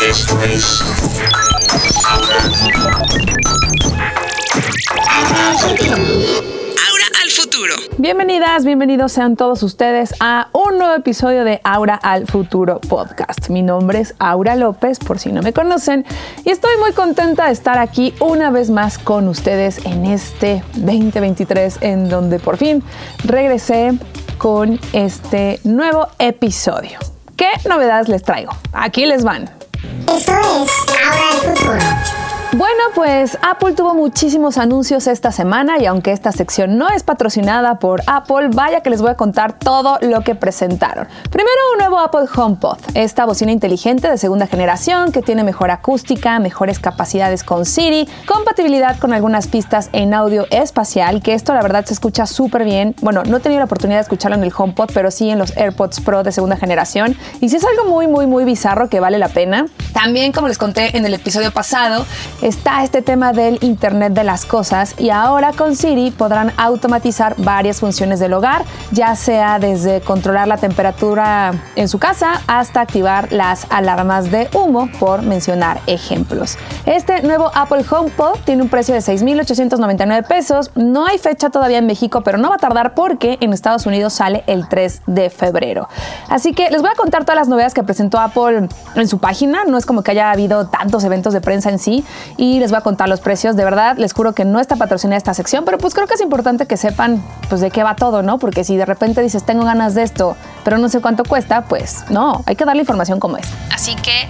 Esto es Aura al futuro. Bienvenidas, bienvenidos sean todos ustedes a un nuevo episodio de Aura al Futuro Podcast. Mi nombre es Aura López, por si no me conocen, y estoy muy contenta de estar aquí una vez más con ustedes en este 2023, en donde por fin regresé con este nuevo episodio. ¿Qué novedades les traigo? Aquí les van. Esto es Aura al futuro. Bueno, pues Apple tuvo muchísimos anuncios esta semana y aunque esta sección no es patrocinada por Apple, vaya que les voy a contar todo lo que presentaron. Primero, un nuevo Apple HomePod, esta bocina inteligente de segunda generación que tiene mejor acústica, mejores capacidades con Siri, compatibilidad con algunas pistas en audio espacial, que esto la verdad se escucha súper bien. Bueno, no he tenido la oportunidad de escucharlo en el HomePod, pero sí en los AirPods Pro de segunda generación. Y sí es algo muy bizarro que vale la pena. También, como les conté en el episodio pasado, está este tema del Internet de las cosas y ahora con Siri podrán automatizar varias funciones del hogar, ya sea desde controlar la temperatura en su casa hasta activar las alarmas de humo, por mencionar ejemplos. Este nuevo Apple HomePod tiene un precio de $6,899. No hay fecha todavía en México, pero no va a tardar porque en Estados Unidos sale el 3 de febrero. Así que les voy a contar todas las novedades que presentó Apple en su página. No es como que haya habido tantos eventos de prensa en sí, y les voy a contar los precios. De verdad, les juro que no está patrocinada esta sección, pero pues creo que es importante que sepan pues de qué va todo, ¿no? Porque si de repente dices, tengo ganas de esto, pero no sé cuánto cuesta, pues no, hay que darle información como es. Así que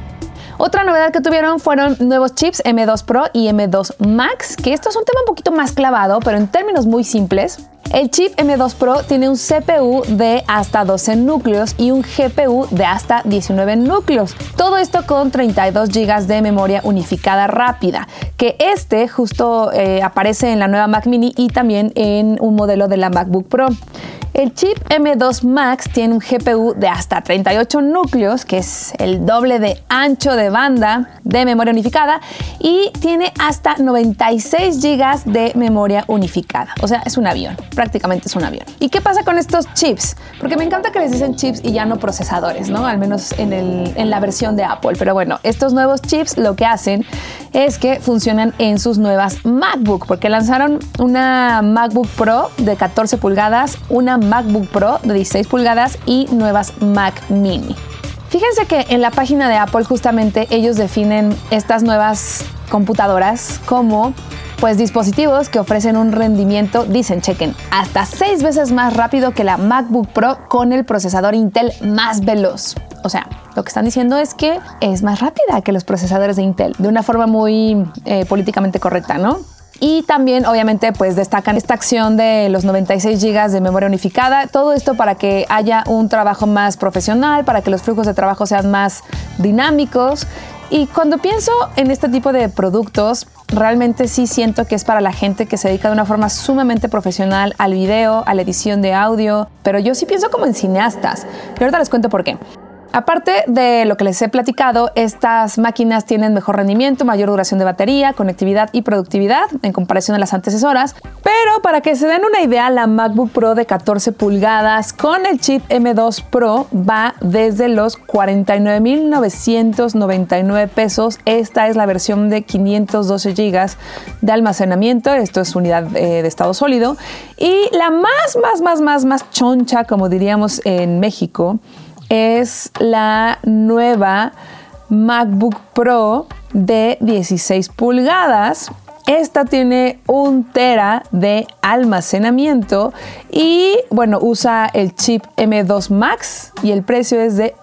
otra novedad que tuvieron fueron nuevos chips M2 Pro y M2 Max, que esto es un tema un poquito más clavado, pero en términos muy simples. El chip M2 Pro tiene un CPU de hasta 12 núcleos y un GPU de hasta 19 núcleos. Todo esto con 32 GB de memoria unificada rápida, que justo aparece en la nueva Mac Mini y también en un modelo de la MacBook Pro. El chip M2 Max tiene un GPU de hasta 38 núcleos, que es el doble de ancho de banda de memoria unificada, y tiene hasta 96 GB de memoria unificada. O sea, es un avión, prácticamente es un avión. ¿Y qué pasa con estos chips? Porque me encanta que les dicen chips y ya no procesadores, ¿no? Al menos en la versión de Apple. Pero bueno, estos nuevos chips lo que hacen es que funcionan en sus nuevas MacBook, porque lanzaron una MacBook Pro de 14 pulgadas, una MacBook Pro de 16 pulgadas y nuevas Mac Mini. Fíjense que en la página de Apple justamente ellos definen estas nuevas computadoras como pues dispositivos que ofrecen un rendimiento, dicen, chequen, hasta 6 veces más rápido que la MacBook Pro con el procesador Intel más veloz. O sea, lo que están diciendo es que es más rápida que los procesadores de Intel, de una forma muy políticamente correcta, ¿no? Y también, obviamente, pues destacan esta acción de los 96 GB de memoria unificada. Todo esto para que haya un trabajo más profesional, para que los flujos de trabajo sean más dinámicos. Y cuando pienso en este tipo de productos, realmente sí siento que es para la gente que se dedica de una forma sumamente profesional al video, a la edición de audio. Pero yo sí pienso como en cineastas. Y ahorita les cuento por qué. Aparte de lo que les he platicado, estas máquinas tienen mejor rendimiento, mayor duración de batería, conectividad y productividad en comparación a las antecesoras. Pero para que se den una idea, la MacBook Pro de 14 pulgadas con el chip M2 Pro va desde los $49,999. Esta es la versión de 512 GB de almacenamiento. Esto es unidad de estado sólido. Y la más choncha, como diríamos en México, es la nueva MacBook Pro de 16 pulgadas. Esta tiene 1 TB de almacenamiento y, bueno, usa el chip M2 Max y el precio es de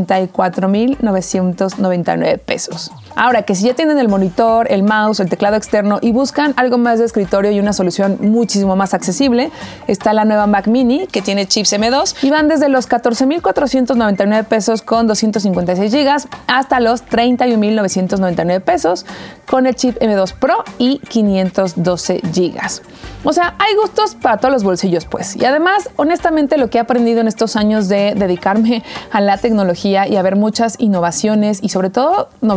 $84,999. Ahora, que si ya tienen el monitor, el mouse, el teclado externo y buscan algo más de escritorio y una solución muchísimo más accesible, está la nueva Mac Mini, que tiene chips M2 y van desde los $14,499 con 256 GB hasta los $31,999 con el chip M2 Pro y 512 GB. O sea, hay gustos para todos los bolsillos, pues. Y además, honestamente, lo que he aprendido en estos años de dedicarme a la tecnología y a ver muchas innovaciones y sobre todo novedades en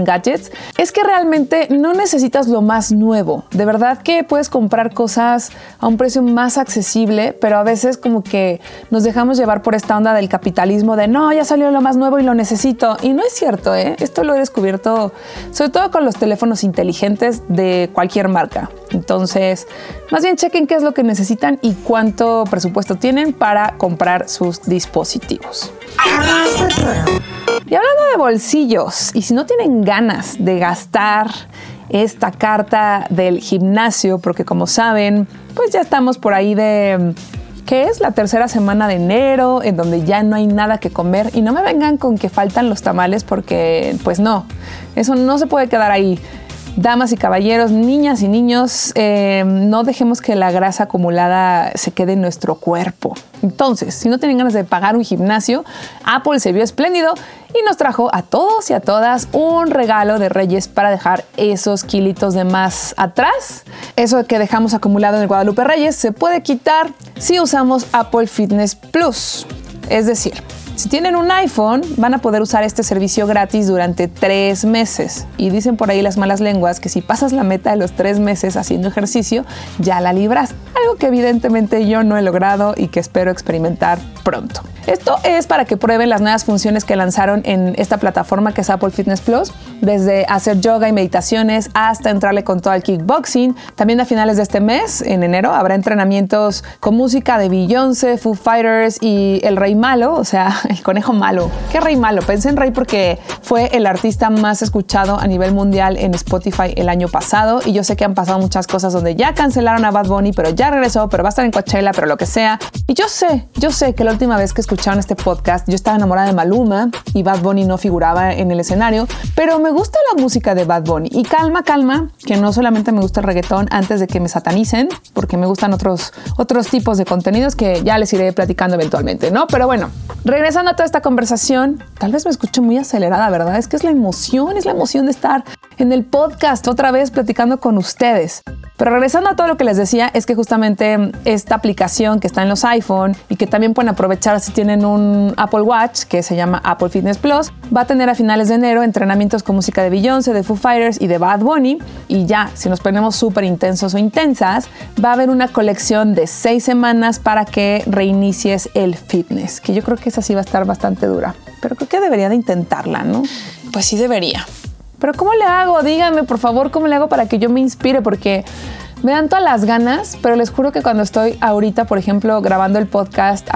gadgets, es que realmente no necesitas lo más nuevo. De verdad que puedes comprar cosas a un precio más accesible, pero a veces como que nos dejamos llevar por esta onda del capitalismo de no, ya salió lo más nuevo y lo necesito. Y no es cierto, ¿eh? Esto lo he descubierto sobre todo con los teléfonos inteligentes de cualquier marca. Entonces, más bien chequen qué es lo que necesitan y cuánto presupuesto tienen para comprar sus dispositivos. Ahora el futuro. Y hablando de bolsillos, y si no tienen ganas de gastar esta carta del gimnasio, porque como saben, pues ya estamos por ahí de... que es la tercera semana de enero, en donde ya no hay nada que comer. Y no me vengan con que faltan los tamales porque, pues no, eso no se puede quedar ahí. Damas y caballeros, niñas y niños, no dejemos que la grasa acumulada se quede en nuestro cuerpo. Entonces, si no tienen ganas de pagar un gimnasio, Apple se vio espléndido y nos trajo a todos y a todas un regalo de Reyes para dejar esos kilitos de más atrás. Eso que dejamos acumulado en el Guadalupe Reyes se puede quitar si usamos Apple Fitness Plus. Es decir, si tienen un iPhone, van a poder usar este servicio gratis durante 3 meses. Y dicen por ahí las malas lenguas que si pasas la meta de los 3 meses haciendo ejercicio, ya la libras. Algo que evidentemente yo no he logrado y que espero experimentar pronto. Esto es para que prueben las nuevas funciones que lanzaron en esta plataforma que es Apple Fitness Plus, desde hacer yoga y meditaciones hasta entrarle con todo al kickboxing. También a finales de este mes, en enero, habrá entrenamientos con música de Beyoncé, Foo Fighters y el Rey Malo, o sea, el conejo malo. ¿Qué Rey Malo? Pensé en Rey porque fue el artista más escuchado a nivel mundial en Spotify el año pasado y yo sé que han pasado muchas cosas donde ya cancelaron a Bad Bunny, pero ya regresó, pero va a estar en Coachella, pero lo que sea. Y yo sé que la última vez que escucharon este podcast yo estaba enamorada de Maluma y Bad Bunny no figuraba en el escenario, pero me gusta la música de Bad Bunny. Y calma, que no solamente me gusta el reggaetón antes de que me satanicen, porque me gustan otros tipos de contenidos que ya les iré platicando eventualmente, ¿no? Pero bueno, regresando a toda esta conversación, tal vez me escucho muy acelerada, ¿verdad? Es que es la emoción de estar en el podcast otra vez platicando con ustedes. Pero regresando a todo lo que les decía, es que justamente esta aplicación que está en los iPhone y que también pueden aprovechar si tienen un Apple Watch, que se llama Apple Fitness Plus, va a tener a finales de enero entrenamientos con música de Beyoncé, de Foo Fighters y de Bad Bunny. Y ya, si nos ponemos súper intensos o intensas, va a haber una colección de 6 semanas para que reinicies el fitness, que yo creo que esa sí va a estar bastante dura. Pero creo que debería de intentarla, ¿no? Pues sí debería. Pero ¿cómo le hago? Díganme, por favor, ¿cómo le hago para que yo me inspire? Porque me dan todas las ganas, pero les juro que cuando estoy ahorita, por ejemplo, grabando el podcast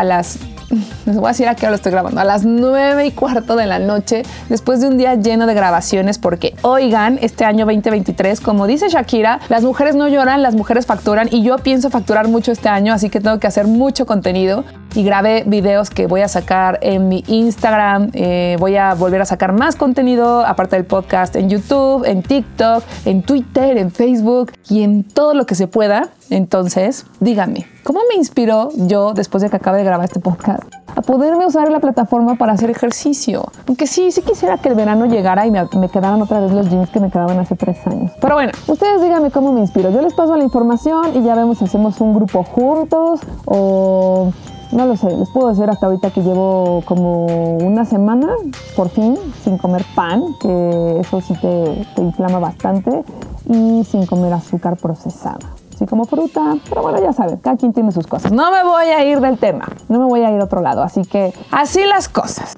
les voy a decir a qué hora lo estoy grabando, a las 9:15 de la noche, después de un día lleno de grabaciones, porque oigan, este año 2023, como dice Shakira, las mujeres no lloran, las mujeres facturan, y yo pienso facturar mucho este año, así que tengo que hacer mucho contenido. Y grabé videos que voy a sacar en mi Instagram, voy a volver a sacar más contenido, aparte del podcast, en YouTube, en TikTok, en Twitter, en Facebook y en todo lo que se pueda. Entonces, díganme, ¿cómo me inspiró yo, después de que acabe de grabar este podcast, a poderme usar la plataforma para hacer ejercicio? Porque sí quisiera que el verano llegara y me quedaran otra vez los jeans que me quedaban hace 3 años. Pero bueno, ustedes díganme cómo me inspiro. Yo les paso la información y ya vemos si hacemos un grupo juntos o... No lo sé, les puedo decir hasta ahorita que llevo como una semana, por fin, sin comer pan, que eso sí te inflama bastante, y sin comer azúcar procesada. Sí como fruta, pero bueno, ya saben, cada quien tiene sus cosas. No me voy a ir del tema, no me voy a ir a otro lado, así que así las cosas.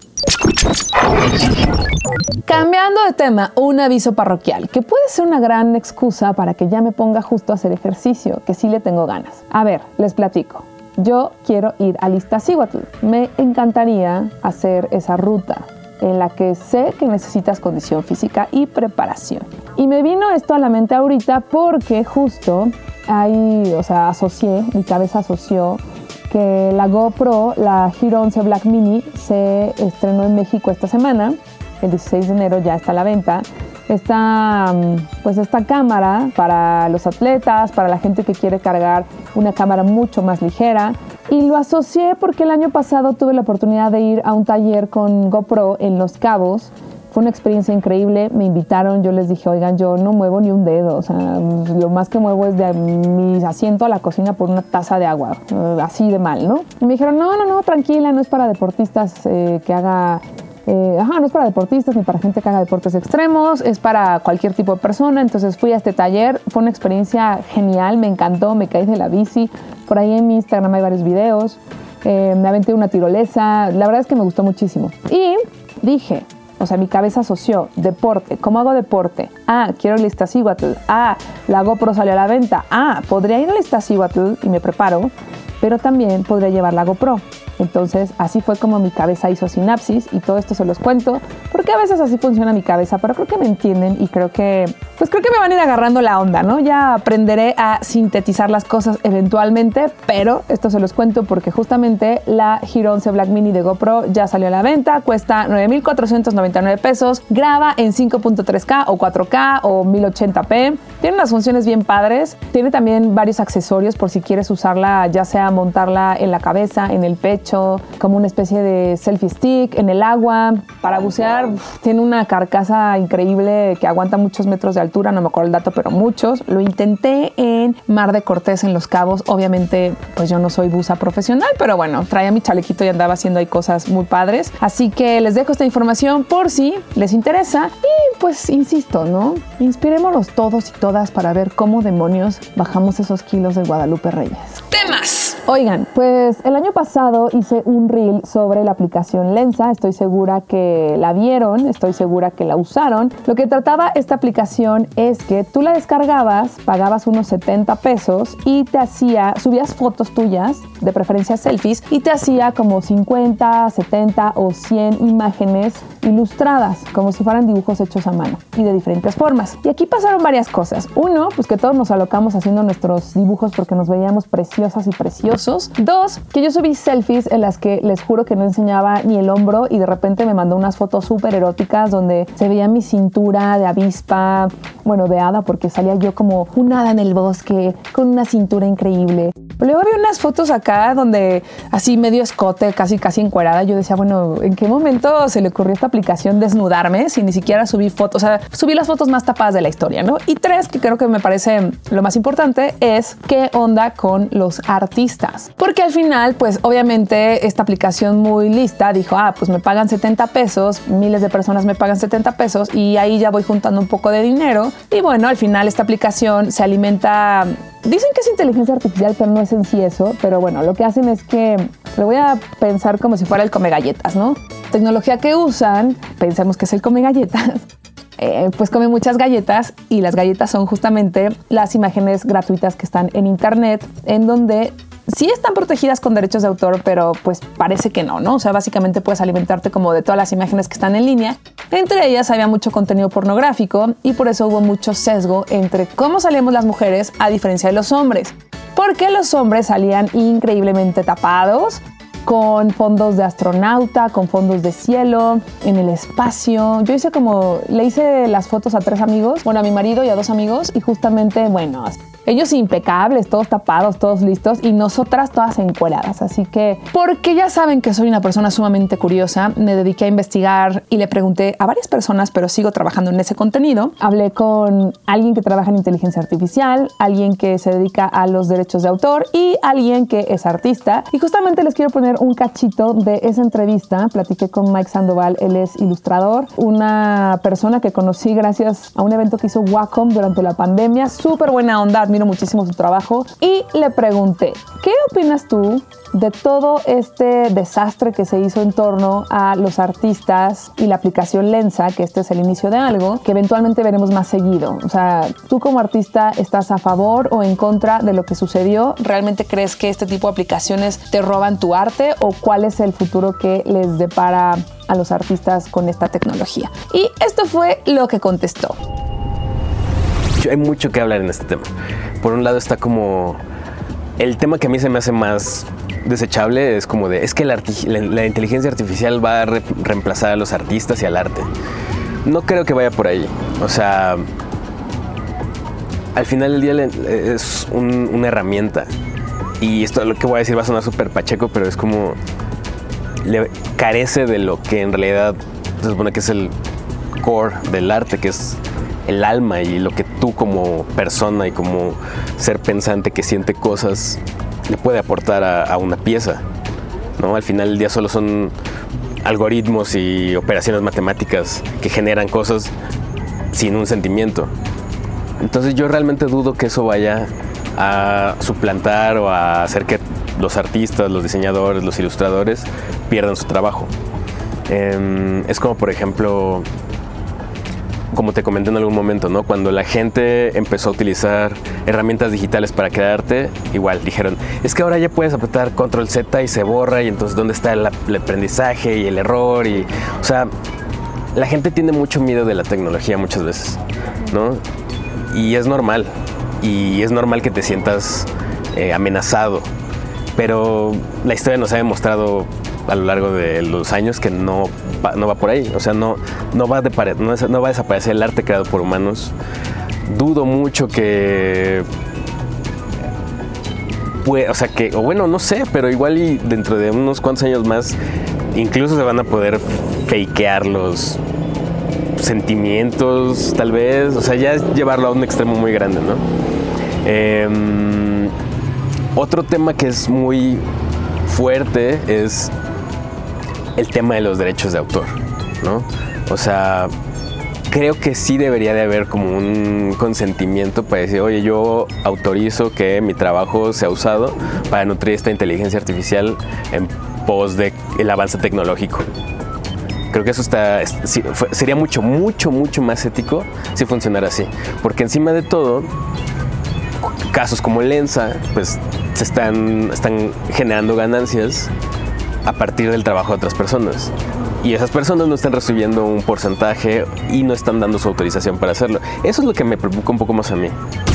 Cambiando de tema, un aviso parroquial, que puede ser una gran excusa para que ya me ponga justo a hacer ejercicio, que sí le tengo ganas. A ver, les platico. Yo quiero ir al Iztaccíhuatl. Me encantaría hacer esa ruta en la que sé que necesitas condición física y preparación. Y me vino esto a la mente ahorita porque justo ahí, mi cabeza asoció que la GoPro, la Hero 11 Black Mini, se estrenó en México esta semana. El 16 de enero ya está a la venta. Esta cámara para los atletas, para la gente que quiere cargar una cámara mucho más ligera. Y lo asocié porque el año pasado tuve la oportunidad de ir a un taller con GoPro en Los Cabos. Fue una experiencia increíble, me invitaron, yo les dije, oigan, yo no muevo ni un dedo, lo más que muevo es de mi asiento a la cocina por una taza de agua, así de mal, ¿no? Y me dijeron, no, tranquila, no es para deportistas que haga No es para deportistas ni para gente que haga deportes extremos, es para cualquier tipo de persona. Entonces fui a este taller, fue una experiencia genial, me encantó, me caí de la bici. Por ahí en mi Instagram hay varios videos, me aventé una tirolesa, la verdad es que me gustó muchísimo. Y dije, o sea, mi cabeza asoció deporte. ¿Cómo hago deporte? Quiero el Iztaccíhuatl. La GoPro salió a la venta. Podría ir al Iztaccíhuatl y me preparo, pero también podría llevar la GoPro. Entonces, así fue como mi cabeza hizo sinapsis y todo esto se los cuento porque a veces así funciona mi cabeza, pero creo que me entienden y creo que me van a ir agarrando la onda, ¿no? Ya aprenderé a sintetizar las cosas eventualmente, pero esto se los cuento porque justamente la Hero 11 Black Mini de GoPro ya salió a la venta, cuesta 9,499 pesos, graba en 5.3K o 4K o 1080p, tiene unas funciones bien padres, tiene también varios accesorios por si quieres usarla, ya sea montarla en la cabeza, en el pecho, como una especie de selfie stick, en el agua, para bucear. Tiene una carcasa increíble que aguanta muchos metros de altura, no me acuerdo el dato, pero muchos. Lo intenté en Mar de Cortés, en Los Cabos. Obviamente, pues yo no soy buza profesional, pero bueno, traía mi chalequito y andaba haciendo ahí cosas muy padres. Así que les dejo esta información por si les interesa. Y pues, insisto, ¿no? Inspirémonos todos y todas para ver cómo demonios bajamos esos kilos de Guadalupe Reyes. ¡Temas! Oigan, pues el año pasado hice un reel sobre la aplicación Lensa. Estoy segura que la vieron, estoy segura que la usaron. Lo que trataba esta aplicación es que tú la descargabas, pagabas unos 70 pesos y subías fotos tuyas, de preferencia selfies, y te hacía como 50, 70 o 100 imágenes ilustradas, como si fueran dibujos hechos a mano y de diferentes formas. Y aquí pasaron varias cosas. Uno, pues que todos nos alocamos haciendo nuestros dibujos porque nos veíamos preciosas y preciosos. Dos, que yo subí selfies en las que les juro que no enseñaba ni el hombro y de repente me mandó unas fotos súper eróticas donde se veía mi cintura de avispa, bueno, de hada, porque salía yo como un hada en el bosque con una cintura increíble. Luego había unas fotos acá donde así medio escote, casi encuerada. Yo decía, bueno, ¿en qué momento se le ocurrió a esta aplicación desnudarme si ni siquiera subí fotos? O sea, subí las fotos más tapadas de la historia, ¿no? Y tres, que creo que me parece lo más importante, es qué onda con los artistas. Porque al final, pues obviamente esta aplicación muy lista dijo, pues me pagan 70 pesos, miles de personas me pagan 70 pesos y ahí ya voy juntando un poco de dinero. Y bueno, al final esta aplicación se alimenta... Dicen que es inteligencia artificial, pero no es en sí eso. Pero bueno, lo que hacen es que lo voy a pensar como si fuera el come galletas, ¿no? Tecnología que usan, pensemos que es el come galletas, pues come muchas galletas y las galletas son justamente las imágenes gratuitas que están en internet, en donde sí están protegidas con derechos de autor, pero pues parece que no, ¿no? O sea, básicamente puedes alimentarte como de todas las imágenes que están en línea. Entre ellas había mucho contenido pornográfico y por eso hubo mucho sesgo entre cómo salíamos las mujeres a diferencia de los hombres. Porque los hombres salían increíblemente tapados, con fondos de astronauta, con fondos de cielo, en el espacio. Yo le hice las fotos a 3 amigos, bueno, a mi marido y a 2 amigos, y justamente, bueno, ellos impecables, todos tapados, todos listos, y nosotras todas encueradas. Así que, porque ya saben que soy una persona sumamente curiosa, me dediqué a investigar y le pregunté a varias personas, pero sigo trabajando en ese contenido. Hablé con alguien que trabaja en inteligencia artificial, alguien que se dedica a los derechos de autor y alguien que es artista. Y justamente les quiero poner un cachito de esa entrevista. Platiqué con Mike Sandoval, él es ilustrador, una persona que conocí gracias a un evento que hizo Wacom durante la pandemia. Súper buena onda, admiro muchísimo su trabajo. Y le pregunté, ¿qué opinas tú de todo este desastre que se hizo en torno a los artistas y la aplicación Lensa, que este es el inicio de algo que eventualmente veremos más seguido? O sea, ¿tú como artista estás a favor o en contra de lo que sucedió? ¿Realmente crees que este tipo de aplicaciones te roban tu arte o cuál es el futuro que les depara a los artistas con esta tecnología? Y esto fue lo que contestó. Hay mucho que hablar en este tema. Por un lado está como el tema que a mí se me hace más desechable, es como es que la inteligencia artificial va a reemplazar a los artistas y al arte. No creo que vaya por ahí. O sea, al final del día es una herramienta. Y esto lo que voy a decir va a sonar súper pacheco, pero es como carece de lo que en realidad se supone que es el core del arte, que es el alma y lo que tú como persona y como ser pensante que siente cosas le puede aportar a una pieza, ¿no? Al final del día solo son algoritmos y operaciones matemáticas que generan cosas sin un sentimiento. Entonces yo realmente dudo que eso vaya a suplantar o a hacer que los artistas, los diseñadores, los ilustradores pierdan su trabajo. Es como, por ejemplo, como te comenté en algún momento, ¿no? Cuando la gente empezó a utilizar herramientas digitales para crear arte, igual dijeron, es que ahora ya puedes apretar Control Z y se borra, y entonces ¿dónde está el aprendizaje y el error? Y, o sea, la gente tiene mucho miedo de la tecnología muchas veces, ¿no? Y es normal que te sientas amenazado, pero la historia nos ha demostrado a lo largo de los años que no va por ahí. O sea, no va a desaparecer el arte creado por humanos. Dudo mucho que no sé, pero igual y dentro de unos cuantos años más incluso se van a poder fakear los sentimientos, tal vez. O sea, ya es llevarlo a un extremo muy grande, ¿no? Otro tema que es muy fuerte es el tema de los derechos de autor, ¿no? O sea, creo que sí debería de haber como un consentimiento para decir, oye, yo autorizo que mi trabajo sea usado para nutrir esta inteligencia artificial en pos del avance tecnológico. Creo que eso sería mucho más ético si funcionara así. Porque encima de todo, casos como Lensa, pues se están generando ganancias a partir del trabajo de otras personas. Y esas personas no están recibiendo un porcentaje y no están dando su autorización para hacerlo. Eso es lo que me preocupa un poco más a mí.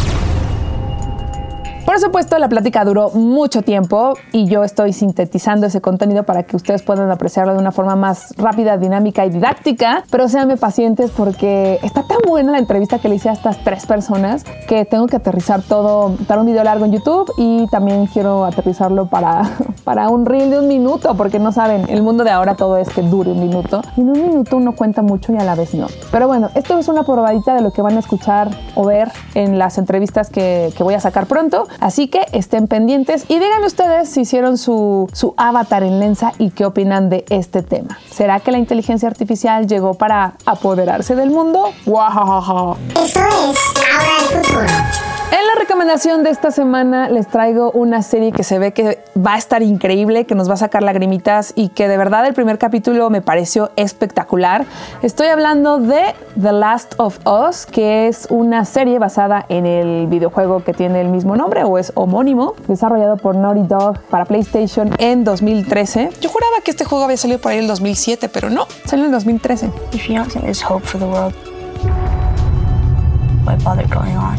Por supuesto, la plática duró mucho tiempo y yo estoy sintetizando ese contenido para que ustedes puedan apreciarlo de una forma más rápida, dinámica y didáctica, pero séanme pacientes porque está tan buena la entrevista que le hice a estas 3 personas que tengo que aterrizar todo para un video largo en YouTube, y también quiero aterrizarlo para un reel de 1 minuto, porque no saben, el mundo de ahora todo es que dure 1 minuto, y en 1 minuto uno cuenta mucho y a la vez no. Pero bueno, esto es una probadita de lo que van a escuchar o ver en las entrevistas que voy a sacar pronto. Así que estén pendientes y díganme ustedes si hicieron su avatar en Lensa y qué opinan de este tema. ¿Será que la inteligencia artificial llegó para apoderarse del mundo? ¡Guajajaja! Eso es Ahora el Futuro. En la recomendación de esta semana les traigo una serie que se ve que va a estar increíble, que nos va a sacar lagrimitas y que de verdad el primer capítulo me pareció espectacular. Estoy hablando de The Last of Us, que es una serie basada en el videojuego que tiene el mismo nombre o es homónimo, desarrollado por Naughty Dog para PlayStation en 2013. Yo juraba que este juego había salido por ahí en el 2007, pero no, salió en el 2013. If you don't think there's hope for the world, why bother going on?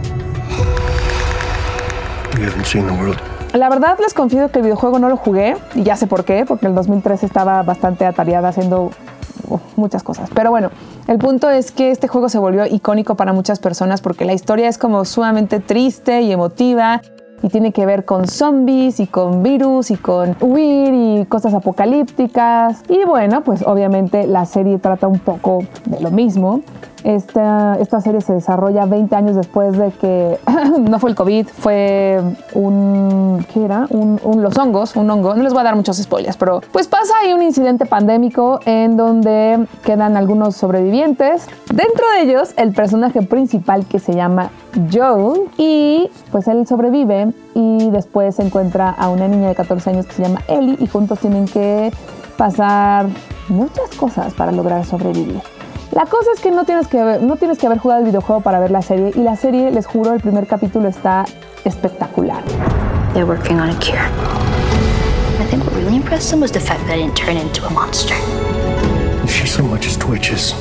You haven't seen the world. La verdad les confieso que el videojuego no lo jugué y ya sé por qué, porque el 2013 estaba bastante atareada haciendo muchas cosas. Pero bueno, el punto es que este juego se volvió icónico para muchas personas porque la historia es como sumamente triste y emotiva y tiene que ver con zombies y con virus y con huir y cosas apocalípticas. Y bueno, pues obviamente la serie trata un poco de lo mismo. Esta serie se desarrolla 20 años después de que no fue el COVID, fue ¿qué era? Los hongos, un hongo. No les voy a dar muchos spoilers, pero pues pasa ahí un incidente pandémico en donde quedan algunos sobrevivientes. Dentro de ellos, el personaje principal que se llama Joel, y pues él sobrevive y después se encuentra a una niña de 14 años que se llama Ellie y juntos tienen que pasar muchas cosas para lograr sobrevivir. La cosa es que no tienes que haber jugado el videojuego para ver la serie, y la serie, les juro, el primer capítulo está espectacular. They're working on a cure. I think what really impressed them was the fact that I didn't turn into a monster. If she so much as twitches.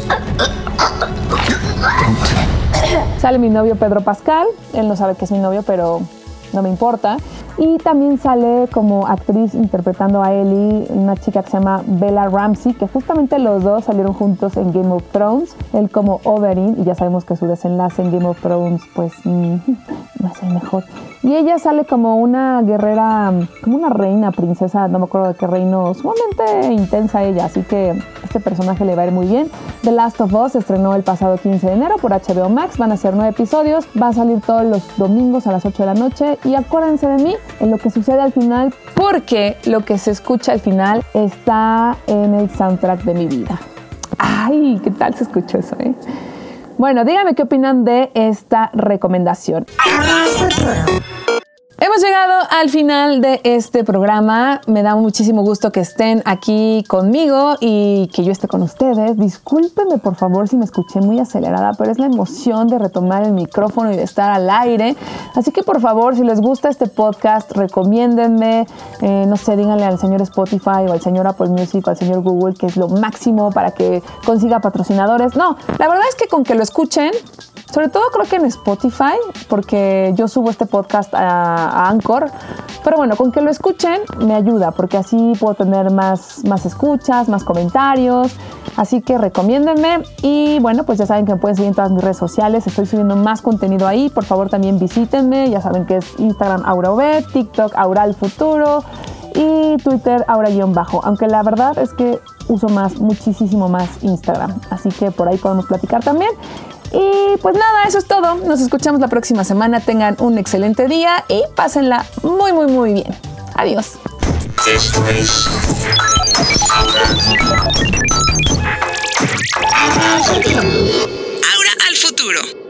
Sale mi novio Pedro Pascal, él no sabe que es mi novio, pero no me importa. Y también sale como actriz interpretando a Ellie una chica que se llama Bella Ramsey, que justamente los dos salieron juntos en Game of Thrones. Él como Oberyn, y ya sabemos que su desenlace en Game of Thrones pues no es el mejor. Y ella sale como una guerrera, como una reina, princesa, no me acuerdo de qué reino, sumamente intensa ella, así que este personaje le va a ir muy bien. The Last of Us se estrenó el pasado 15 de enero por HBO Max, van a ser 9 episodios, va a salir todos los domingos a las 8 de la noche, y acuérdense de mí, en lo que sucede al final, porque lo que se escucha al final está en el soundtrack de mi vida. ¡Ay! ¿Qué tal se escuchó eso, eh? Bueno, díganme qué opinan de esta recomendación. Ahora el futuro. Hemos llegado al final de este programa. Me da muchísimo gusto que estén aquí conmigo y que yo esté con ustedes. Discúlpenme, por favor, si me escuché muy acelerada, pero es la emoción de retomar el micrófono y de estar al aire. Así que, por favor, si les gusta este podcast, recomiéndenme. No sé, díganle al señor Spotify o al señor Apple Music o al señor Google que es lo máximo para que consiga patrocinadores. No, la verdad es que con que lo escuchen, sobre todo creo que en Spotify, porque yo subo este podcast a Anchor, pero bueno, con que lo escuchen me ayuda, porque así puedo tener más escuchas, más comentarios, así que recomiéndenme. Y bueno, pues ya saben que me pueden seguir en todas mis redes sociales, estoy subiendo más contenido ahí, por favor también visítenme, ya saben que es Instagram AuraOB, TikTok Aura el Futuro y Twitter Aura_, aunque la verdad es que uso muchísimo más Instagram, así que por ahí podemos platicar también. Y pues nada, eso es todo. Nos escuchamos la próxima semana. Tengan un excelente día y pásenla muy, muy, muy bien. Adiós. Esto es Ahora al futuro.